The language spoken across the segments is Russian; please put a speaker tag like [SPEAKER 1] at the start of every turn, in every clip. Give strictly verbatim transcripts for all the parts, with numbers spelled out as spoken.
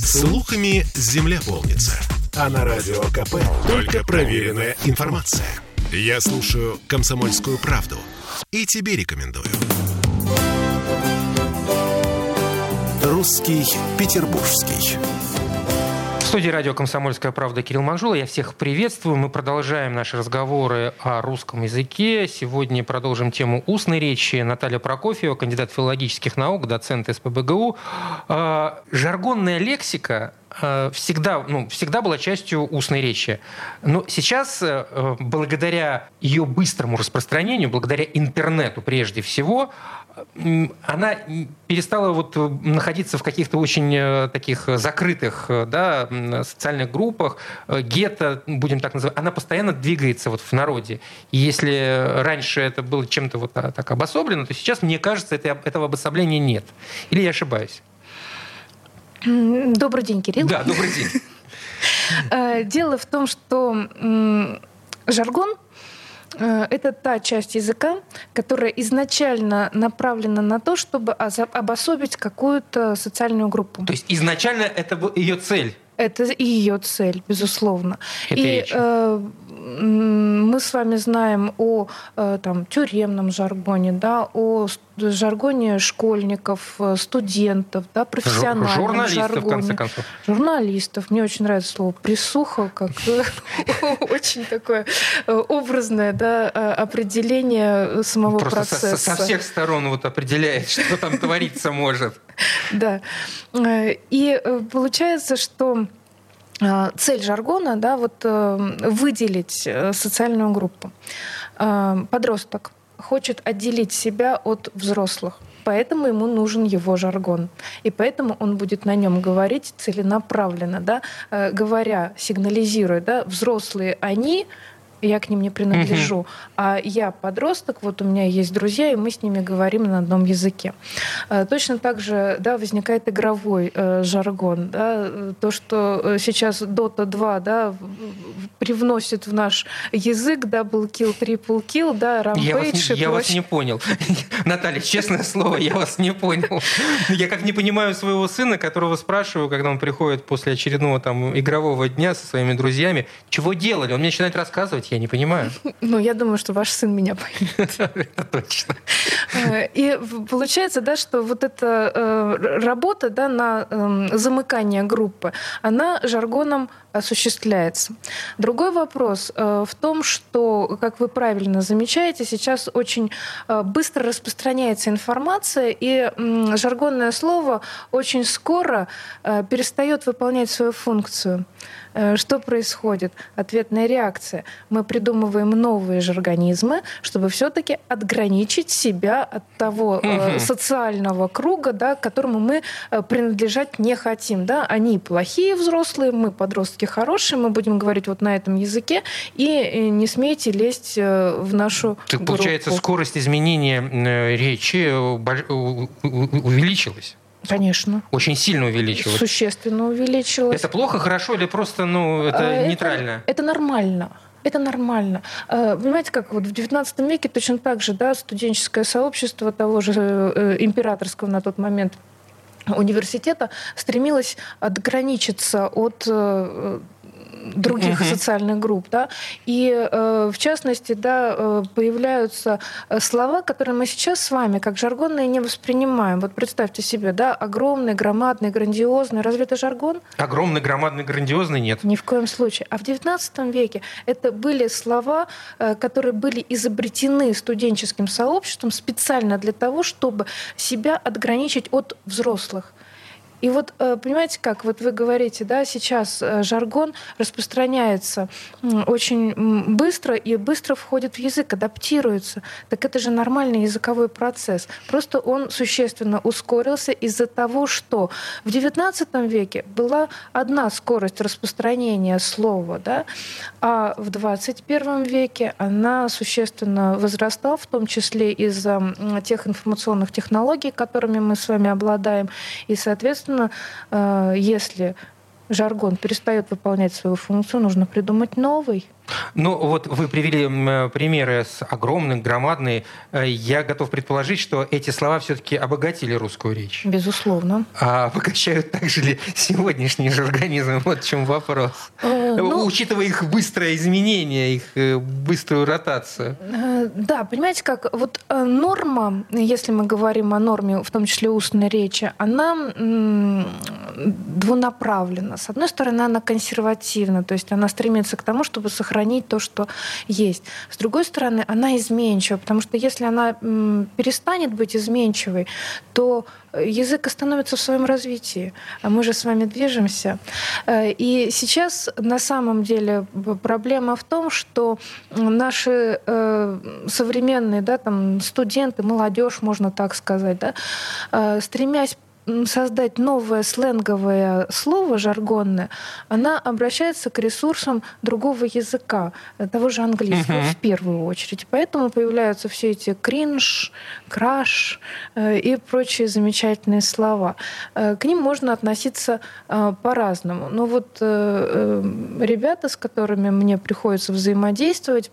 [SPEAKER 1] Слухами земля полнится. А на Радио КП только проверенная информация. Я слушаю «Комсомольскую правду» и тебе рекомендую. Русский петербургский.
[SPEAKER 2] В студии радио «Комсомольская правда» Кирилл Манжула. Я всех приветствую. Мы продолжаем наши разговоры о русском языке. Сегодня продолжим тему устной речи. Наталья Прокофьева, кандидат филологических наук, доцент СПбГУ. Жаргонная лексика всегда, ну, всегда была частью устной речи. Но сейчас, благодаря ее быстрому распространению, благодаря интернету прежде всего, она перестала вот находиться в каких-то очень таких закрытых, да, социальных группах, гетто, будем так называть. Она постоянно двигается вот в народе. И если раньше это было чем-то вот так обособлено, то сейчас, мне кажется, это, этого обособления нет. Или я ошибаюсь?
[SPEAKER 3] Добрый день, Кирилл.
[SPEAKER 2] Да, добрый день.
[SPEAKER 3] Дело в том, что жаргон — это та часть языка, которая изначально направлена на то, чтобы обособить какую-то социальную группу.
[SPEAKER 2] То есть изначально это была ее цель?
[SPEAKER 3] Это и ее цель, безусловно. Это и э, мы с вами знаем о э, там, тюремном жаргоне, да, о жаргоне школьников, студентов, да, профессиональном
[SPEAKER 2] журналистов,
[SPEAKER 3] жаргоне.
[SPEAKER 2] в конце концов.
[SPEAKER 3] Журналистов. Мне очень нравится слово «присуха», как очень такое образное, да, определение самого процесса.
[SPEAKER 2] Со всех сторон вот определяет, что там твориться может. Да.
[SPEAKER 3] И получается, что цель жаргона, да, вот, выделить социальную группу. Подросток хочет отделить себя от взрослых, поэтому ему нужен его жаргон. И поэтому он будет на нем говорить целенаправленно, да, говоря, сигнализируя, да, взрослые они, я к ним не принадлежу, uh-huh. а я подросток, вот у меня есть друзья, и мы с ними говорим на одном языке. Точно так же, да, возникает игровой э, жаргон. Да, то, что сейчас Дота два, да, привносит в наш язык даблкил, триплкил, да, рампейдж.
[SPEAKER 2] Я, я вас не понял. Наталья, честное слово, я вас не понял. Я как не понимаю своего сына, которого спрашиваю, когда он приходит после очередного там игрового дня со своими друзьями, чего делали? Он мне начинает рассказывать, я не понимаю.
[SPEAKER 3] Ну, я думаю, что ваш сын меня поймет.
[SPEAKER 2] Это точно.
[SPEAKER 3] И получается, да, что вот эта работа, да, на замыкание группы, она жаргоном осуществляется. Другой вопрос в том, что, как вы правильно замечаете, сейчас очень быстро распространяется информация, и жаргонное слово очень скоро перестает выполнять свою функцию. Что происходит? Ответная реакция. Мы придумываем новые жаргонизмы, чтобы все-таки отграничить себя от того угу. социального круга, да, к которому мы принадлежать не хотим. Да? Они плохие взрослые, мы подростки хорошие, мы будем говорить вот на этом языке, и не смейте лезть в нашу
[SPEAKER 2] так,
[SPEAKER 3] группу.
[SPEAKER 2] Получается, скорость изменения речи увеличилась?
[SPEAKER 3] Конечно.
[SPEAKER 2] Очень сильно увеличилось.
[SPEAKER 3] Существенно увеличилось.
[SPEAKER 2] Это плохо, хорошо или просто, ну, это, это нейтрально?
[SPEAKER 3] Это нормально. Это нормально. Понимаете, как вот в девятнадцатом веке точно так же, да, студенческое сообщество того же императорского на тот момент университета стремилось отграничиться от других uh-huh. социальных групп, да, и э, в частности, да, э, появляются слова, которые мы сейчас с вами как жаргонные не воспринимаем. Вот представьте себе, да, огромный, громадный, грандиозный. Разве это жаргон?
[SPEAKER 2] Огромный, громадный, грандиозный нет.
[SPEAKER 3] Ни в коем случае. А в девятнадцатом веке это были слова, э, которые были изобретены студенческим сообществом специально для того, чтобы себя отграничить от взрослых. И вот, понимаете, как вот вы говорите, да, сейчас жаргон распространяется очень быстро и быстро входит в язык, адаптируется. Так это же нормальный языковой процесс. Просто он существенно ускорился из-за того, что в девятнадцатом веке была одна скорость распространения слова, да, а в двадцать первом веке она существенно возрастала, в том числе из-за тех информационных технологий, которыми мы с вами обладаем, и, соответственно, если жаргон перестает выполнять свою функцию, нужно придумать новый.
[SPEAKER 2] Ну, вот вы привели примеры с огромной, громадной. Я готов предположить, что эти слова все-таки обогатили русскую речь.
[SPEAKER 3] Безусловно.
[SPEAKER 2] А обогащают также ли сегодняшний же организм? Вот в чем вопрос. Э, ну, учитывая их быстрое изменение, их быструю ротацию.
[SPEAKER 3] Да, понимаете как, вот норма, если мы говорим о норме, в том числе устной речи, она двунаправлена. С одной стороны, она консервативна, то есть она стремится к тому, чтобы сохранить то, что есть. С другой стороны, она изменчива, потому что если она перестанет быть изменчивой, то язык остановится в своем развитии, а мы же с вами движемся. И сейчас на самом деле проблема в том, что наши современные, да, там, студенты, молодежь, можно так сказать, да, стремясь создать новое сленговое слово, жаргонное, она обращается к ресурсам другого языка, того же английского uh-huh. в первую очередь. Поэтому появляются все эти кринж, краш и прочие замечательные слова. К ним можно относиться по-разному. Но вот ребята, с которыми мне приходится взаимодействовать,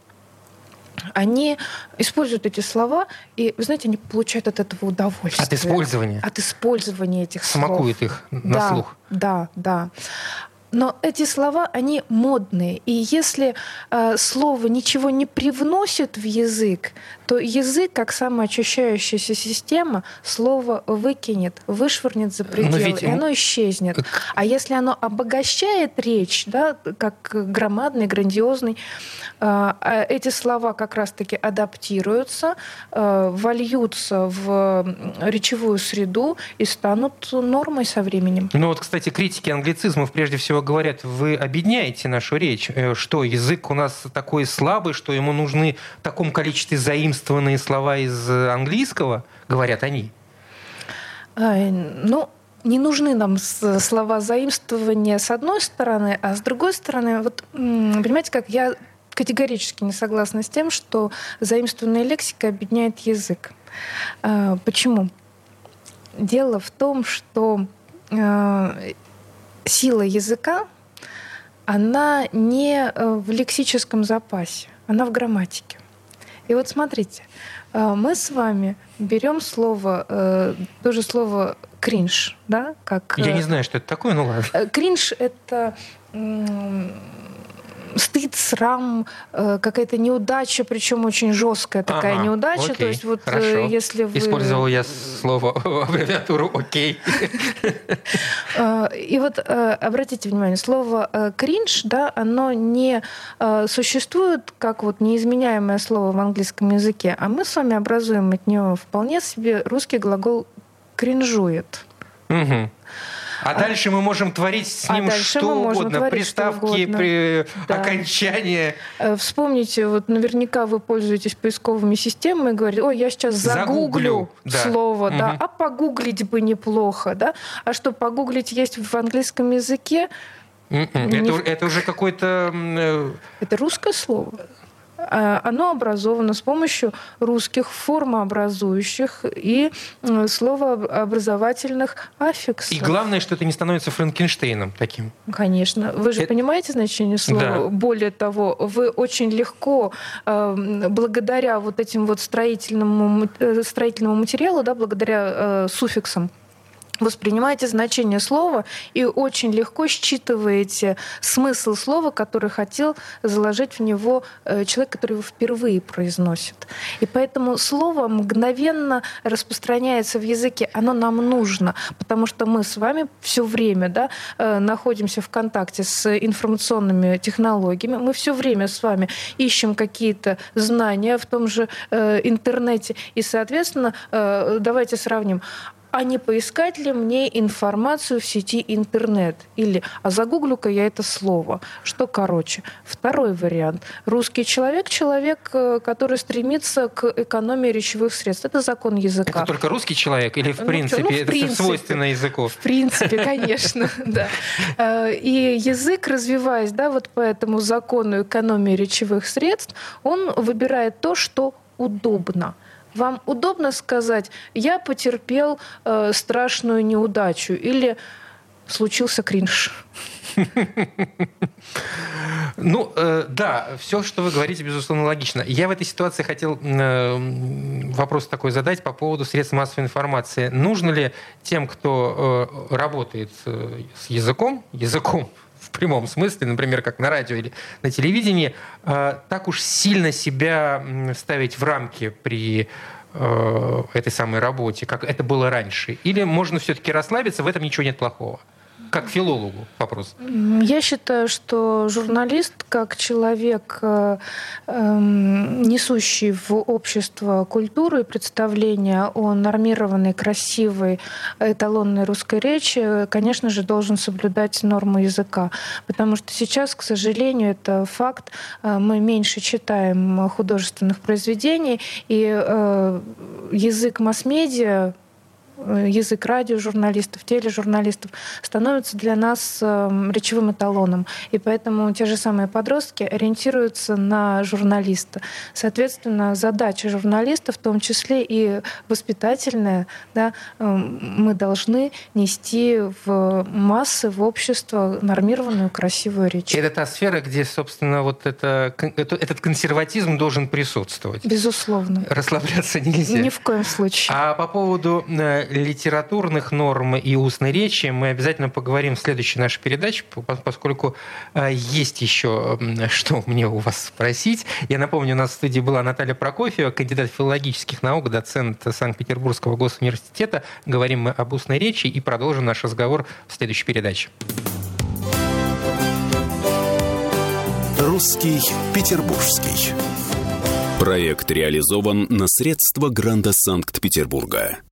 [SPEAKER 3] они используют эти слова, и, вы знаете, они получают от этого удовольствие.
[SPEAKER 2] От использования?
[SPEAKER 3] От использования этих
[SPEAKER 2] Смакуют
[SPEAKER 3] слов.
[SPEAKER 2] Смакуют их на
[SPEAKER 3] да,
[SPEAKER 2] слух.
[SPEAKER 3] Да, да. Но эти слова, они модные. И если э, слово ничего не привносит в язык, то язык, как самоочищающаяся система, слово выкинет, вышвырнет за пределы, ведь... и оно исчезнет. А если оно обогащает речь, да, как громадный, грандиозный, э, эти слова как раз-таки адаптируются, э, вольются в речевую среду и станут нормой со временем.
[SPEAKER 2] Ну вот, кстати, критики англицизмов прежде всего говорят, вы обедняете нашу речь, что язык у нас такой слабый, что ему нужны в таком количестве заимствованные слова из английского, говорят они.
[SPEAKER 3] Ну, не нужны нам слова заимствования с одной стороны, а с другой стороны, вот, понимаете, как я категорически не согласна с тем, что заимствованная лексика обедняет язык. Почему? Дело в том, что сила языка, она не в лексическом запасе, она в грамматике. И вот смотрите, мы с вами берем слово, тоже слово кринж, да, как...
[SPEAKER 2] Я не знаю, что это такое, ну ладно.
[SPEAKER 3] Кринж — это стыд, срам, какая-то неудача, причем очень жесткая такая ага, неудача.
[SPEAKER 2] Окей,
[SPEAKER 3] то есть вот
[SPEAKER 2] хорошо.
[SPEAKER 3] Если вы...
[SPEAKER 2] Использовал я слово, аббревиатуру «окей».
[SPEAKER 3] И вот обратите внимание, слово «кринж», да, оно не существует как вот неизменяемое слово в английском языке, а мы с вами образуем от него вполне себе русский глагол «кринжует».
[SPEAKER 2] Угу. А, а дальше мы можем творить с ним а что угодно, приставки, при... да. окончания.
[SPEAKER 3] Вспомните, вот наверняка вы пользуетесь поисковыми системами и говорите, ой, я сейчас загуглю, загуглю слово, да. Да, а погуглить бы неплохо, да. А что, погуглить есть в английском языке?
[SPEAKER 2] Это, Не... это уже какое-то...
[SPEAKER 3] Это русское слово. Оно образовано с помощью русских формообразующих и словообразовательных аффиксов.
[SPEAKER 2] И главное, что это не становится Франкенштейном таким.
[SPEAKER 3] Конечно. Вы же это... понимаете значение слова? Да. Более того, вы очень легко, благодаря вот этим вот строительному, строительному материалу, да, благодаря суффиксам, воспринимаете значение слова и очень легко считываете смысл слова, который хотел заложить в него человек, который его впервые произносит. И поэтому слово мгновенно распространяется в языке. Оно нам нужно, потому что мы с вами все время, да, находимся в контакте с информационными технологиями. Мы все время с вами ищем какие-то знания в том же интернете. И, соответственно, давайте сравним. А не поискать ли мне информацию в сети интернет? Или а загуглю-ка я это слово. Что короче? Второй вариант. Русский человек — человек, который стремится к экономии речевых средств. Это закон языка.
[SPEAKER 2] Это только русский человек или в
[SPEAKER 3] ну,
[SPEAKER 2] принципе
[SPEAKER 3] ну, в
[SPEAKER 2] это
[SPEAKER 3] принципе,
[SPEAKER 2] свойственно языку?
[SPEAKER 3] В принципе, конечно, да. И язык, развиваясь, да, вот по этому закону экономии речевых средств, он выбирает то, что удобно. Вам удобно сказать «я потерпел э, страшную неудачу» или «случился кринж».
[SPEAKER 2] Ну, э, да, все, что вы говорите, безусловно, логично. Я в этой ситуации хотел э, вопрос такой задать по поводу средств массовой информации. Нужно ли тем, кто э, работает э, с языком, языком в прямом смысле, например, как на радио или на телевидении, э, так уж сильно себя ставить в рамки при э, этой самой работе, как это было раньше? Или можно все-таки расслабиться, в этом ничего нет плохого? Как филологу вопрос.
[SPEAKER 3] Я считаю, что журналист, как человек, э, э, несущий в общество культуру и представления о нормированной, красивой, эталонной русской речи, конечно же, должен соблюдать норму языка. Потому что сейчас, к сожалению, это факт, мы меньше читаем художественных произведений, и э, язык масс-медиа, язык радиожурналистов, тележурналистов становится для нас э, речевым эталоном. И поэтому те же самые подростки ориентируются на журналиста. Соответственно, задача журналиста, в том числе и воспитательная, да, э, мы должны нести в массы, в общество нормированную, красивую речь.
[SPEAKER 2] И это та сфера, где, собственно, вот это, этот консерватизм должен присутствовать.
[SPEAKER 3] Безусловно.
[SPEAKER 2] Расслабляться нельзя.
[SPEAKER 3] Ни в коем случае.
[SPEAKER 2] А по поводу литературных норм и устной речи мы обязательно поговорим в следующей нашей передаче, поскольку есть еще что мне у вас спросить. Я напомню, у нас в студии была Наталья Прокофьева, кандидат филологических наук, доцент Санкт-Петербургского госуниверситета. Говорим мы об устной речи и продолжим наш разговор в следующей передаче.
[SPEAKER 1] Русский петербургский.
[SPEAKER 4] Проект реализован на средства гранта Санкт-Петербурга.